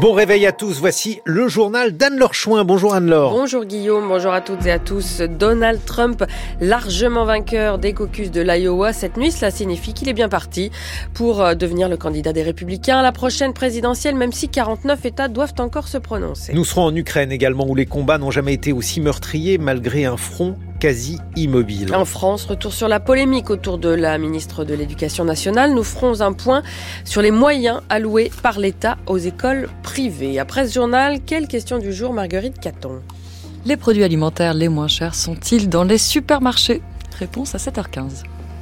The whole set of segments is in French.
Bon réveil à tous, voici le journal d'Anne-Laure Chouin. Bonjour Anne-Laure. Bonjour Guillaume, bonjour à toutes et à tous. Donald Trump, largement vainqueur des caucus de l'Iowa cette nuit, cela signifie qu'il est bien parti pour devenir le candidat des Républicains à la prochaine présidentielle, même si 49 États doivent encore se prononcer. Nous serons en Ukraine également, où les combats n'ont jamais été aussi meurtriers malgré un front quasi immobile. En France, retour sur la polémique autour de la ministre de l'Éducation nationale. Nous ferons un point sur les moyens alloués par l'État aux écoles privées. Après ce journal, quelle question du jour, Marguerite Caton? Les produits alimentaires les moins chers sont-ils dans les supermarchés? Réponse à 7h15.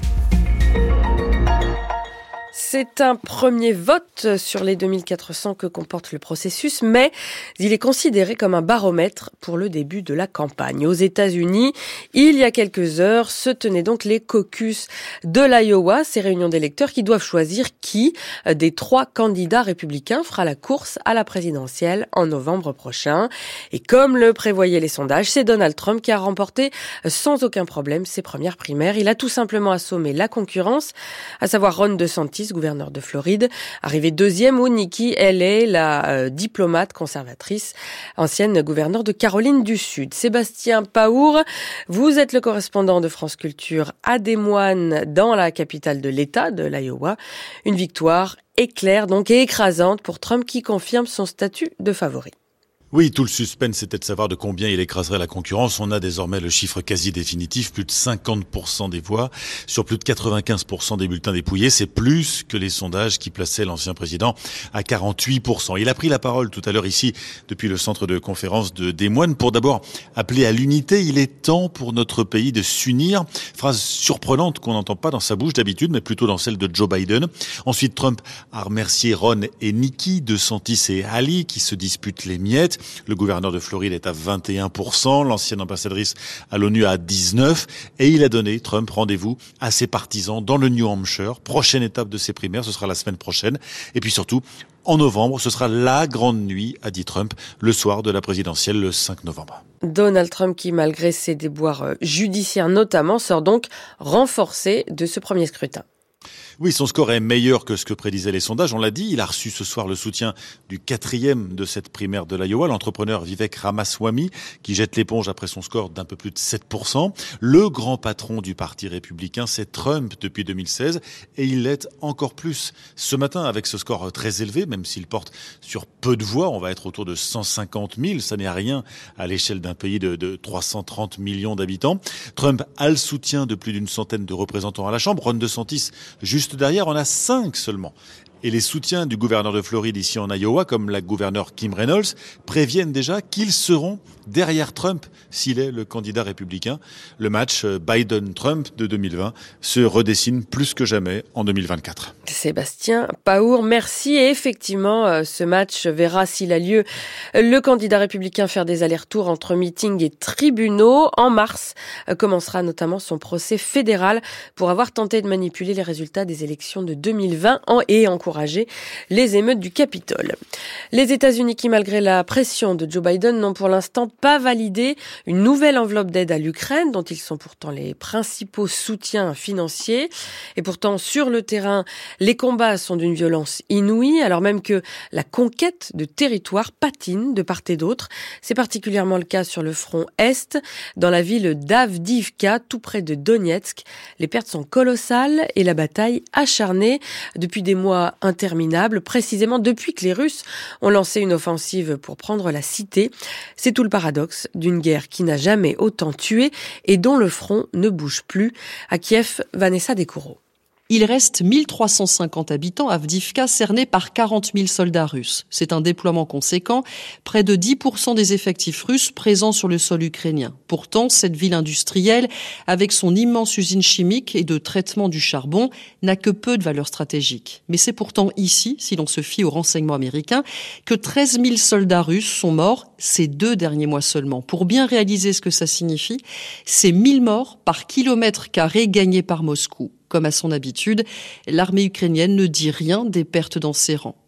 C'est un premier vote sur les 2400 que comporte le processus, mais il est considéré comme un baromètre pour le début de la campagne. Aux États-Unis, il y a quelques heures, se tenaient donc les caucus de l'Iowa, ces réunions d'électeurs qui doivent choisir qui des 3 candidats républicains fera la course à la présidentielle en novembre prochain. Et comme le prévoyaient les sondages, c'est Donald Trump qui a remporté sans aucun problème ses premières primaires. Il a tout simplement assommé la concurrence, à savoir Ron DeSantis, gouverneur de Floride, arrivé deuxième, ou Nikki Haley, la diplomate conservatrice, ancienne gouverneure de Caroline du Sud. Sébastien Paour, vous êtes le correspondant de France Culture à Des Moines, dans la capitale de l'État de l'Iowa. Une victoire éclair donc et écrasante pour Trump qui confirme son statut de favori. Oui, tout le suspense, c'était de savoir de combien il écraserait la concurrence. On a désormais le chiffre quasi définitif, plus de 50% des voix sur plus de 95% des bulletins dépouillés. C'est plus que les sondages qui plaçaient l'ancien président à 48%. Il a pris la parole tout à l'heure ici, depuis le centre de conférence de Des Moines, pour d'abord appeler à l'unité. Il est temps pour notre pays de s'unir. Phrase surprenante qu'on n'entend pas dans sa bouche d'habitude, mais plutôt dans celle de Joe Biden. Ensuite, Trump a remercié Ron et Nikki, DeSantis et Haley, qui se disputent les miettes. Le gouverneur de Floride est à 21%, l'ancienne ambassadrice à l'ONU à 19%, et il a donné, Trump, rendez-vous à ses partisans dans le New Hampshire. Prochaine étape de ses primaires, ce sera la semaine prochaine. Et puis surtout, en novembre, ce sera la grande nuit, a dit Trump, le soir de la présidentielle, le 5 novembre. Donald Trump, qui malgré ses déboires judiciaires notamment, sort donc renforcé de ce premier scrutin. Oui, son score est meilleur que ce que prédisaient les sondages. On l'a dit, il a reçu ce soir le soutien du 4e de cette primaire de l'Iowa, l'entrepreneur Vivek Ramaswamy, qui jette l'éponge après son score d'un peu plus de 7%. Le grand patron du parti républicain, c'est Trump depuis 2016, et il l'est encore plus ce matin avec ce score très élevé, même s'il porte sur peu de voix. On va être autour de 150 000, ça n'est rien à l'échelle d'un pays de 330 millions d'habitants. Trump a le soutien de plus d'une centaine de représentants à la Chambre. Ron DeSantis, juste derrière, on a 5 seulement. Et les soutiens du gouverneur de Floride ici en Iowa, comme la gouverneure Kim Reynolds, préviennent déjà qu'ils seront derrière Trump s'il est le candidat républicain. Le match Biden-Trump de 2020 se redessine plus que jamais en 2024. Sébastien Paour, merci. Et effectivement, ce match verra s'il a lieu le candidat républicain faire des allers-retours entre meetings et tribunaux. En mars, commencera notamment son procès fédéral pour avoir tenté de manipuler les résultats des élections de 2020 et encourager les émeutes du Capitole. Les États-Unis qui, malgré la pression de Joe Biden, n'ont pour l'instant pas validé une nouvelle enveloppe d'aide à l'Ukraine, dont ils sont pourtant les principaux soutiens financiers. Et pourtant, sur le terrain, les combats sont d'une violence inouïe, alors même que la conquête de territoire patine de part et d'autre. C'est particulièrement le cas sur le front Est, dans la ville d'Avdiivka, tout près de Donetsk. Les pertes sont colossales et la bataille acharnée depuis des mois interminables, précisément depuis que les Russes ont lancé une offensive pour prendre la cité. C'est tout le paradoxe d'une guerre qui n'a jamais autant tué et dont le front ne bouge plus. À Kiev, Vanessa Descoureaux. Il reste 1350 habitants à Avdiivka, cernés par 40 000 soldats russes. C'est un déploiement conséquent, près de 10% des effectifs russes présents sur le sol ukrainien. Pourtant, cette ville industrielle, avec son immense usine chimique et de traitement du charbon, n'a que peu de valeur stratégique. Mais c'est pourtant ici, si l'on se fie aux renseignements américains, que 13 000 soldats russes sont morts ces 2 derniers mois seulement. Pour bien réaliser ce que ça signifie, c'est 1000 morts par kilomètre carré gagnés par Moscou. Comme à son habitude, l'armée ukrainienne ne dit rien des pertes dans ses rangs.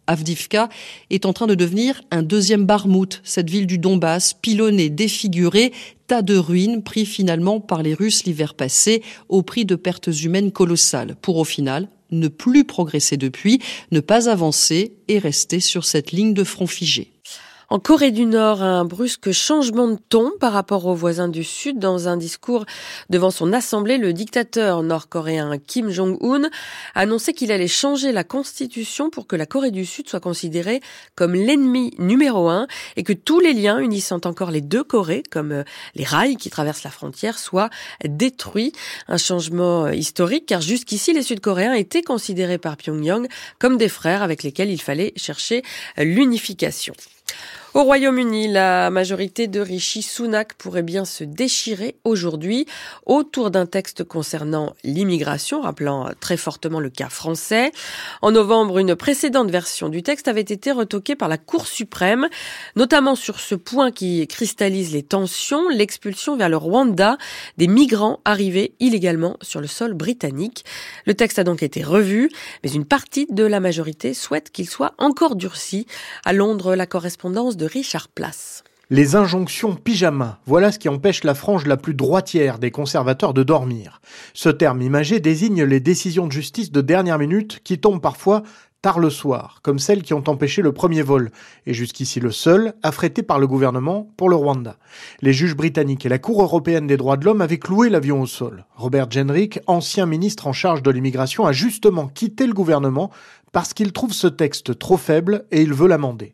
Avdivka est en train de devenir un deuxième Barmout, cette ville du Donbass, pilonnée, défigurée, tas de ruines pris finalement par les Russes l'hiver passé au prix de pertes humaines colossales, pour au final ne plus progresser depuis, ne pas avancer et rester sur cette ligne de front figé. En Corée du Nord, un brusque changement de ton par rapport aux voisins du Sud. Dans un discours devant son assemblée, le dictateur nord-coréen Kim Jong-un a annoncé qu'il allait changer la constitution pour que la Corée du Sud soit considérée comme l'ennemi numéro 1 et que tous les liens unissant encore les deux Corées, comme les rails qui traversent la frontière, soient détruits. Un changement historique car jusqu'ici, les Sud-Coréens étaient considérés par Pyongyang comme des frères avec lesquels il fallait chercher l'unification. Au Royaume-Uni, la majorité de Rishi Sunak pourrait bien se déchirer aujourd'hui autour d'un texte concernant l'immigration, rappelant très fortement le cas français. En novembre, une précédente version du texte avait été retoquée par la Cour suprême, notamment sur ce point qui cristallise les tensions, l'expulsion vers le Rwanda des migrants arrivés illégalement sur le sol britannique. Le texte a donc été revu, mais une partie de la majorité souhaite qu'il soit encore durci. À Londres, la correspondance de Richard Place. Les injonctions pyjama, voilà ce qui empêche la frange la plus droitière des conservateurs de dormir. Ce terme imagé désigne les décisions de justice de dernière minute qui tombent parfois tard le soir, comme celles qui ont empêché le premier vol, et jusqu'ici le seul, affrété par le gouvernement pour le Rwanda. Les juges britanniques et la Cour européenne des droits de l'homme avaient cloué l'avion au sol. Robert Jenrick, ancien ministre en charge de l'immigration, a justement quitté le gouvernement parce qu'il trouve ce texte trop faible et il veut l'amender.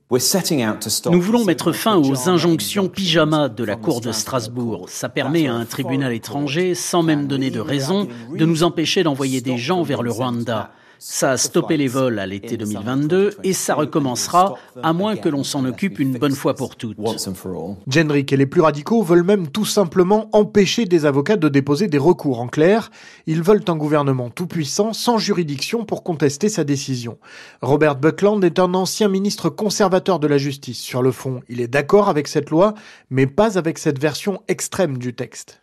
Nous voulons mettre fin aux injonctions pyjama de la Cour de Strasbourg. Ça permet à un tribunal étranger, sans même donner de raison, de nous empêcher d'envoyer des gens vers le Rwanda. Ça a stoppé les vols à l'été 2022 et ça recommencera, à moins que l'on s'en occupe une bonne fois pour toutes. Jenrick et les plus radicaux veulent même tout simplement empêcher des avocats de déposer des recours. En clair, ils veulent un gouvernement tout-puissant, sans juridiction pour contester sa décision. Robert Buckland est un ancien ministre conservateur de la justice. Sur le fond, il est d'accord avec cette loi, mais pas avec cette version extrême du texte.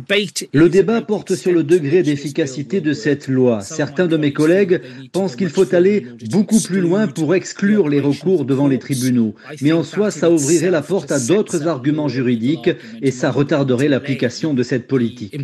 Le débat porte sur le degré d'efficacité de cette loi. Certains de mes collègues pensent qu'il faut aller beaucoup plus loin pour exclure les recours devant les tribunaux. Mais en soi, ça ouvrirait la porte à d'autres arguments juridiques et ça retarderait l'application de cette politique.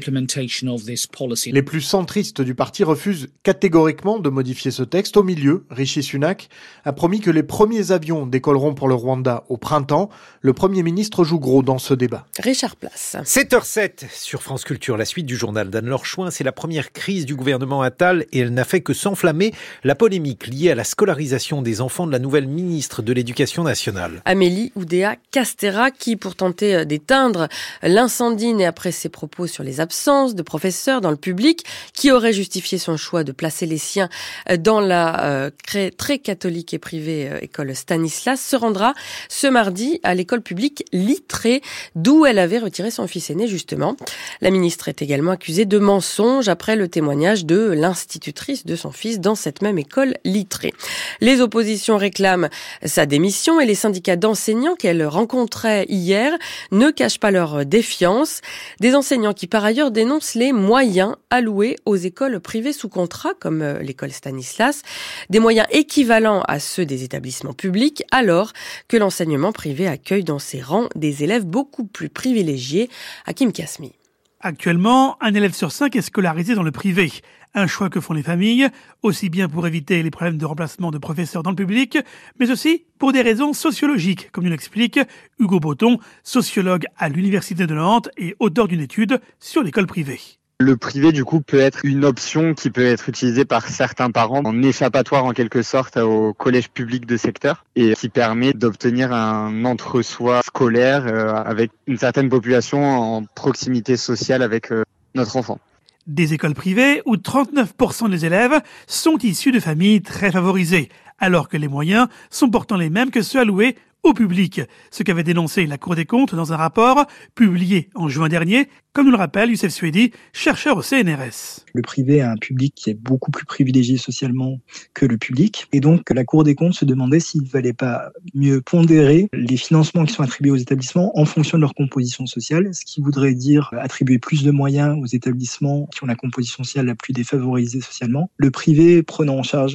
Les plus centristes du parti refusent catégoriquement de modifier ce texte. Au milieu, Rishi Sunak a promis que les premiers avions décolleront pour le Rwanda au printemps. Le Premier ministre joue gros dans ce débat. Richard Place. 7h07 sur France Culture. La suite du journal d'Anne-Laure Chouin, c'est la première crise du gouvernement Attal et elle n'a fait que s'enflammer. La polémique liée à la scolarisation des enfants de la nouvelle ministre de l'Éducation nationale. Amélie Oudéa-Castéra, qui pour tenter d'éteindre l'incendie né après ses propos sur les absences de professeurs dans le public, qui aurait justifié son choix de placer les siens dans la très catholique et privée école Stanislas, se rendra ce mardi à l'école publique Littré, d'où elle avait retiré son fils aîné justement. La ministre est également accusée de mensonge après le témoignage de l'institutrice de son fils dans cette même école Littré. Les oppositions réclament sa démission et les syndicats d'enseignants qu'elle rencontrait hier ne cachent pas leur défiance. Des enseignants qui par ailleurs dénoncent les moyens alloués aux écoles privées sous contrat comme l'école Stanislas, des moyens équivalents à ceux des établissements publics alors que l'enseignement privé accueille dans ses rangs des élèves beaucoup plus privilégiés. Hakim Kasmi. Actuellement, un élève sur 5 est scolarisé dans le privé. Un choix que font les familles, aussi bien pour éviter les problèmes de remplacement de professeurs dans le public, mais aussi pour des raisons sociologiques, comme nous l'explique Hugo Botton, sociologue à l'Université de Nantes et auteur d'une étude sur l'école privée. Le privé, du coup, peut être une option qui peut être utilisée par certains parents en échappatoire, en quelque sorte, au collège public de secteur et qui permet d'obtenir un entre-soi scolaire avec une certaine population en proximité sociale avec notre enfant. Des écoles privées où 39% des élèves sont issus de familles très favorisées, alors que les moyens sont pourtant les mêmes que ceux alloués au public, ce qu'avait dénoncé la Cour des comptes dans un rapport publié en juin dernier, comme nous le rappelle Youssef Suedi, chercheur au CNRS. Le privé a un public qui est beaucoup plus privilégié socialement que le public, et donc la Cour des comptes se demandait s'il ne fallait pas mieux pondérer les financements qui sont attribués aux établissements en fonction de leur composition sociale, ce qui voudrait dire attribuer plus de moyens aux établissements qui ont la composition sociale la plus défavorisée socialement, le privé prenant en charge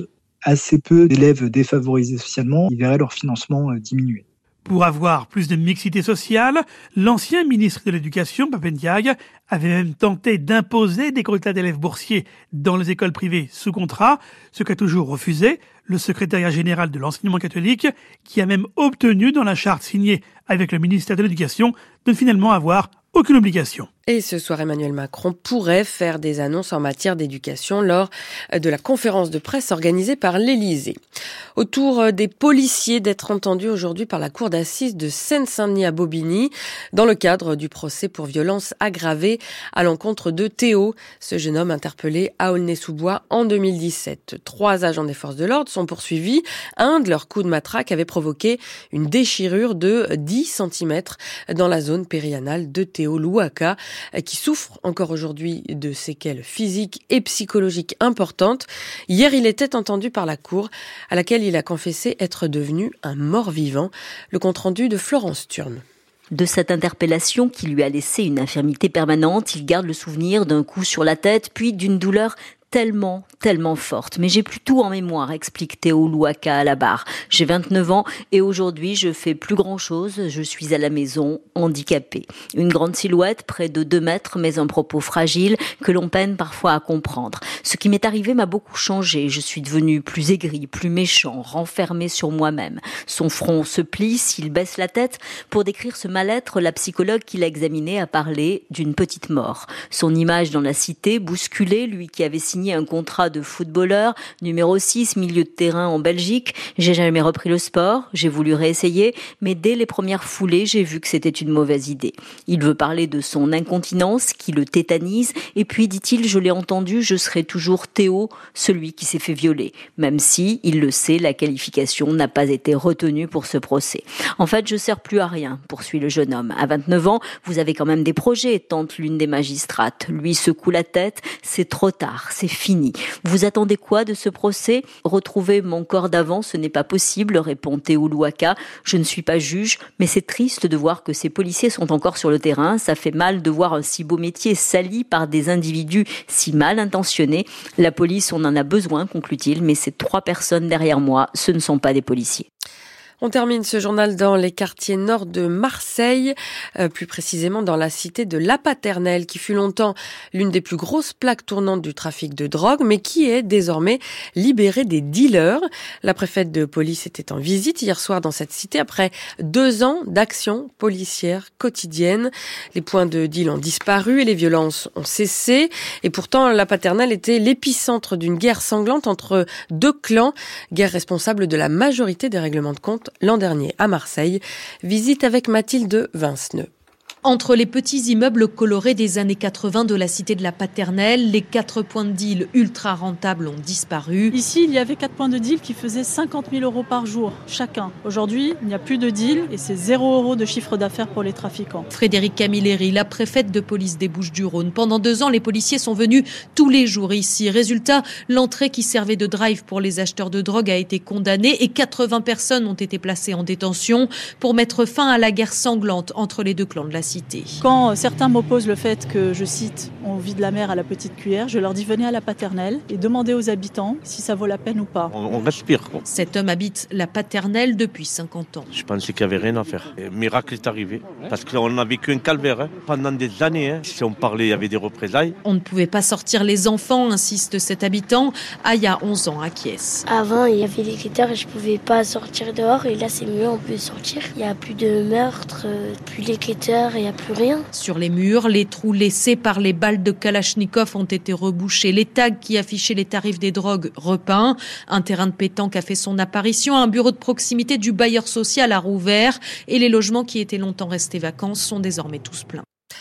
assez peu d'élèves défavorisés socialement, ils verraient leur financement diminuer. Pour avoir plus de mixité sociale, l'ancien ministre de l'Éducation, Pape Ndiaye, avait même tenté d'imposer des quotas d'élèves boursiers dans les écoles privées sous contrat, ce qu'a toujours refusé le secrétariat général de l'enseignement catholique, qui a même obtenu dans la charte signée avec le ministère de l'Éducation de finalement avoir aucune obligation. Et ce soir, Emmanuel Macron pourrait faire des annonces en matière d'éducation lors de la conférence de presse organisée par l'Élysée. Autour des policiers d'être entendus aujourd'hui par la cour d'assises de Seine-Saint-Denis à Bobigny, dans le cadre du procès pour violence aggravée à l'encontre de Théo, ce jeune homme interpellé à Aulnay-sous-Bois en 2017. 3 agents des forces de l'ordre sont poursuivis. Un de leurs coups de matraque avait provoqué une déchirure de 10 cm dans la zone périanale de Théo Louaka, qui souffre encore aujourd'hui de séquelles physiques et psychologiques importantes. Hier, il était entendu par la cour, à laquelle il a confessé être devenu un mort-vivant. Le compte-rendu de Florence Thurne. De cette interpellation qui lui a laissé une infirmité permanente, il garde le souvenir d'un coup sur la tête, puis d'une douleur tellement forte. Mais j'ai plus tout en mémoire, explique Théo Louaka à la barre. J'ai 29 ans et aujourd'hui je fais plus grand chose. Je suis à la maison, handicapée. Une grande silhouette, près de 2 mètres, mais un propos fragile que l'on peine parfois à comprendre. Ce qui m'est arrivé m'a beaucoup changé. Je suis devenu plus aigri, plus méchant, renfermé sur moi-même. Son front se plie, s'il baisse la tête. Pour décrire ce mal-être, la psychologue qui l'a examiné a parlé d'une petite mort. Son image dans la cité, bousculée, lui qui avait signé un contrat de footballeur, numéro 6, milieu de terrain en Belgique. J'ai jamais repris le sport, j'ai voulu réessayer, mais dès les premières foulées, j'ai vu que c'était une mauvaise idée. Il veut parler de son incontinence qui le tétanise, et puis, dit-il, je l'ai entendu, je serai toujours Théo, celui qui s'est fait violer. Même si, il le sait, la qualification n'a pas été retenue pour ce procès. En fait, je sers plus à rien, poursuit le jeune homme. À 29 ans, vous avez quand même des projets, tente l'une des magistrates. Lui secoue la tête, c'est trop tard, c'est fini. Vous attendez quoi de ce procès ? Retrouver mon corps d'avant, ce n'est pas possible, répond Théo Louaka. Je ne suis pas juge, mais c'est triste de voir que ces policiers sont encore sur le terrain. Ça fait mal de voir un si beau métier sali par des individus si mal intentionnés. La police, on en a besoin, conclut-il, mais ces 3 personnes derrière moi, ce ne sont pas des policiers. On termine ce journal dans les quartiers nord de Marseille, plus précisément dans la cité de La Paternelle, qui fut longtemps l'une des plus grosses plaques tournantes du trafic de drogue, mais qui est désormais libérée des dealers. La préfète de police était en visite hier soir dans cette cité après 2 ans d'action policière quotidienne. Les points de deal ont disparu et les violences ont cessé. Et pourtant, La Paternelle était l'épicentre d'une guerre sanglante entre 2 clans, guerre responsable de la majorité des règlements de compte l'an dernier à Marseille. Visite avec Mathilde Vinceneux. Entre les petits immeubles colorés des années 80 de la cité de la Paternelle, les 4 points de deal ultra rentables ont disparu. Ici, il y avait 4 points de deal qui faisaient 50 000 € par jour, chacun. Aujourd'hui, il n'y a plus de deal et c'est 0 € de chiffre d'affaires pour les trafiquants. Frédéric Camilleri, la préfète de police des Bouches-du-Rhône. Pendant 2 ans, les policiers sont venus tous les jours ici. Résultat, l'entrée qui servait de drive pour les acheteurs de drogue a été condamnée et 80 personnes ont été placées en détention pour mettre fin à la guerre sanglante entre les 2 clans de la cité. Quand certains m'opposent le fait que, je cite, on vide la mer à la petite cuillère, je leur dis venez à la Paternelle et demandez aux habitants si ça vaut la peine ou pas. On respire, quoi. Cet homme habite la Paternelle depuis 50 ans. Je pensais qu'il n'y avait rien à faire. Le miracle est arrivé parce qu'on n'a vécu un calvaire pendant des années. Si on parlait, il y avait des représailles. On ne pouvait pas sortir les enfants, insiste cet habitant. Aya, 11 ans, acquiesce. Avant, il y avait des critères et je ne pouvais pas sortir dehors et là c'est mieux, on peut sortir. Il n'y a plus de meurtres, plus les critères. Il n'y a plus rien. Sur les murs, les trous laissés par les balles de Kalachnikov ont été rebouchés. Les tags qui affichaient les tarifs des drogues repeints. Un terrain de pétanque a fait son apparition. Un bureau de proximité du bailleur social a rouvert. Et les logements qui étaient longtemps restés vacants sont désormais tous pleins.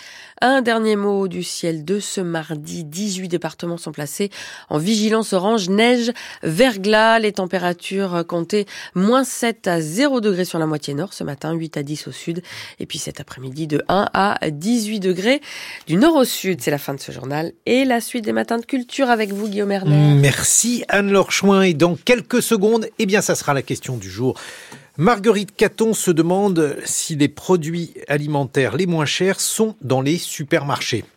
Un dernier mot du ciel de ce mardi. 18 départements sont placés en vigilance orange, neige, verglas. Les températures comptaient -7 à 0 degrés sur la moitié nord ce matin, 8 à 10 au sud. Et puis cet après-midi de 1 à 18 degrés du nord au sud. C'est la fin de ce journal et la suite des matins de culture avec vous, Guillaume Erner. Merci Anne-Laure Chouin. Et dans quelques secondes, ça sera la question du jour. Marguerite Caton se demande si les produits alimentaires les moins chers sont dans les supermarchés.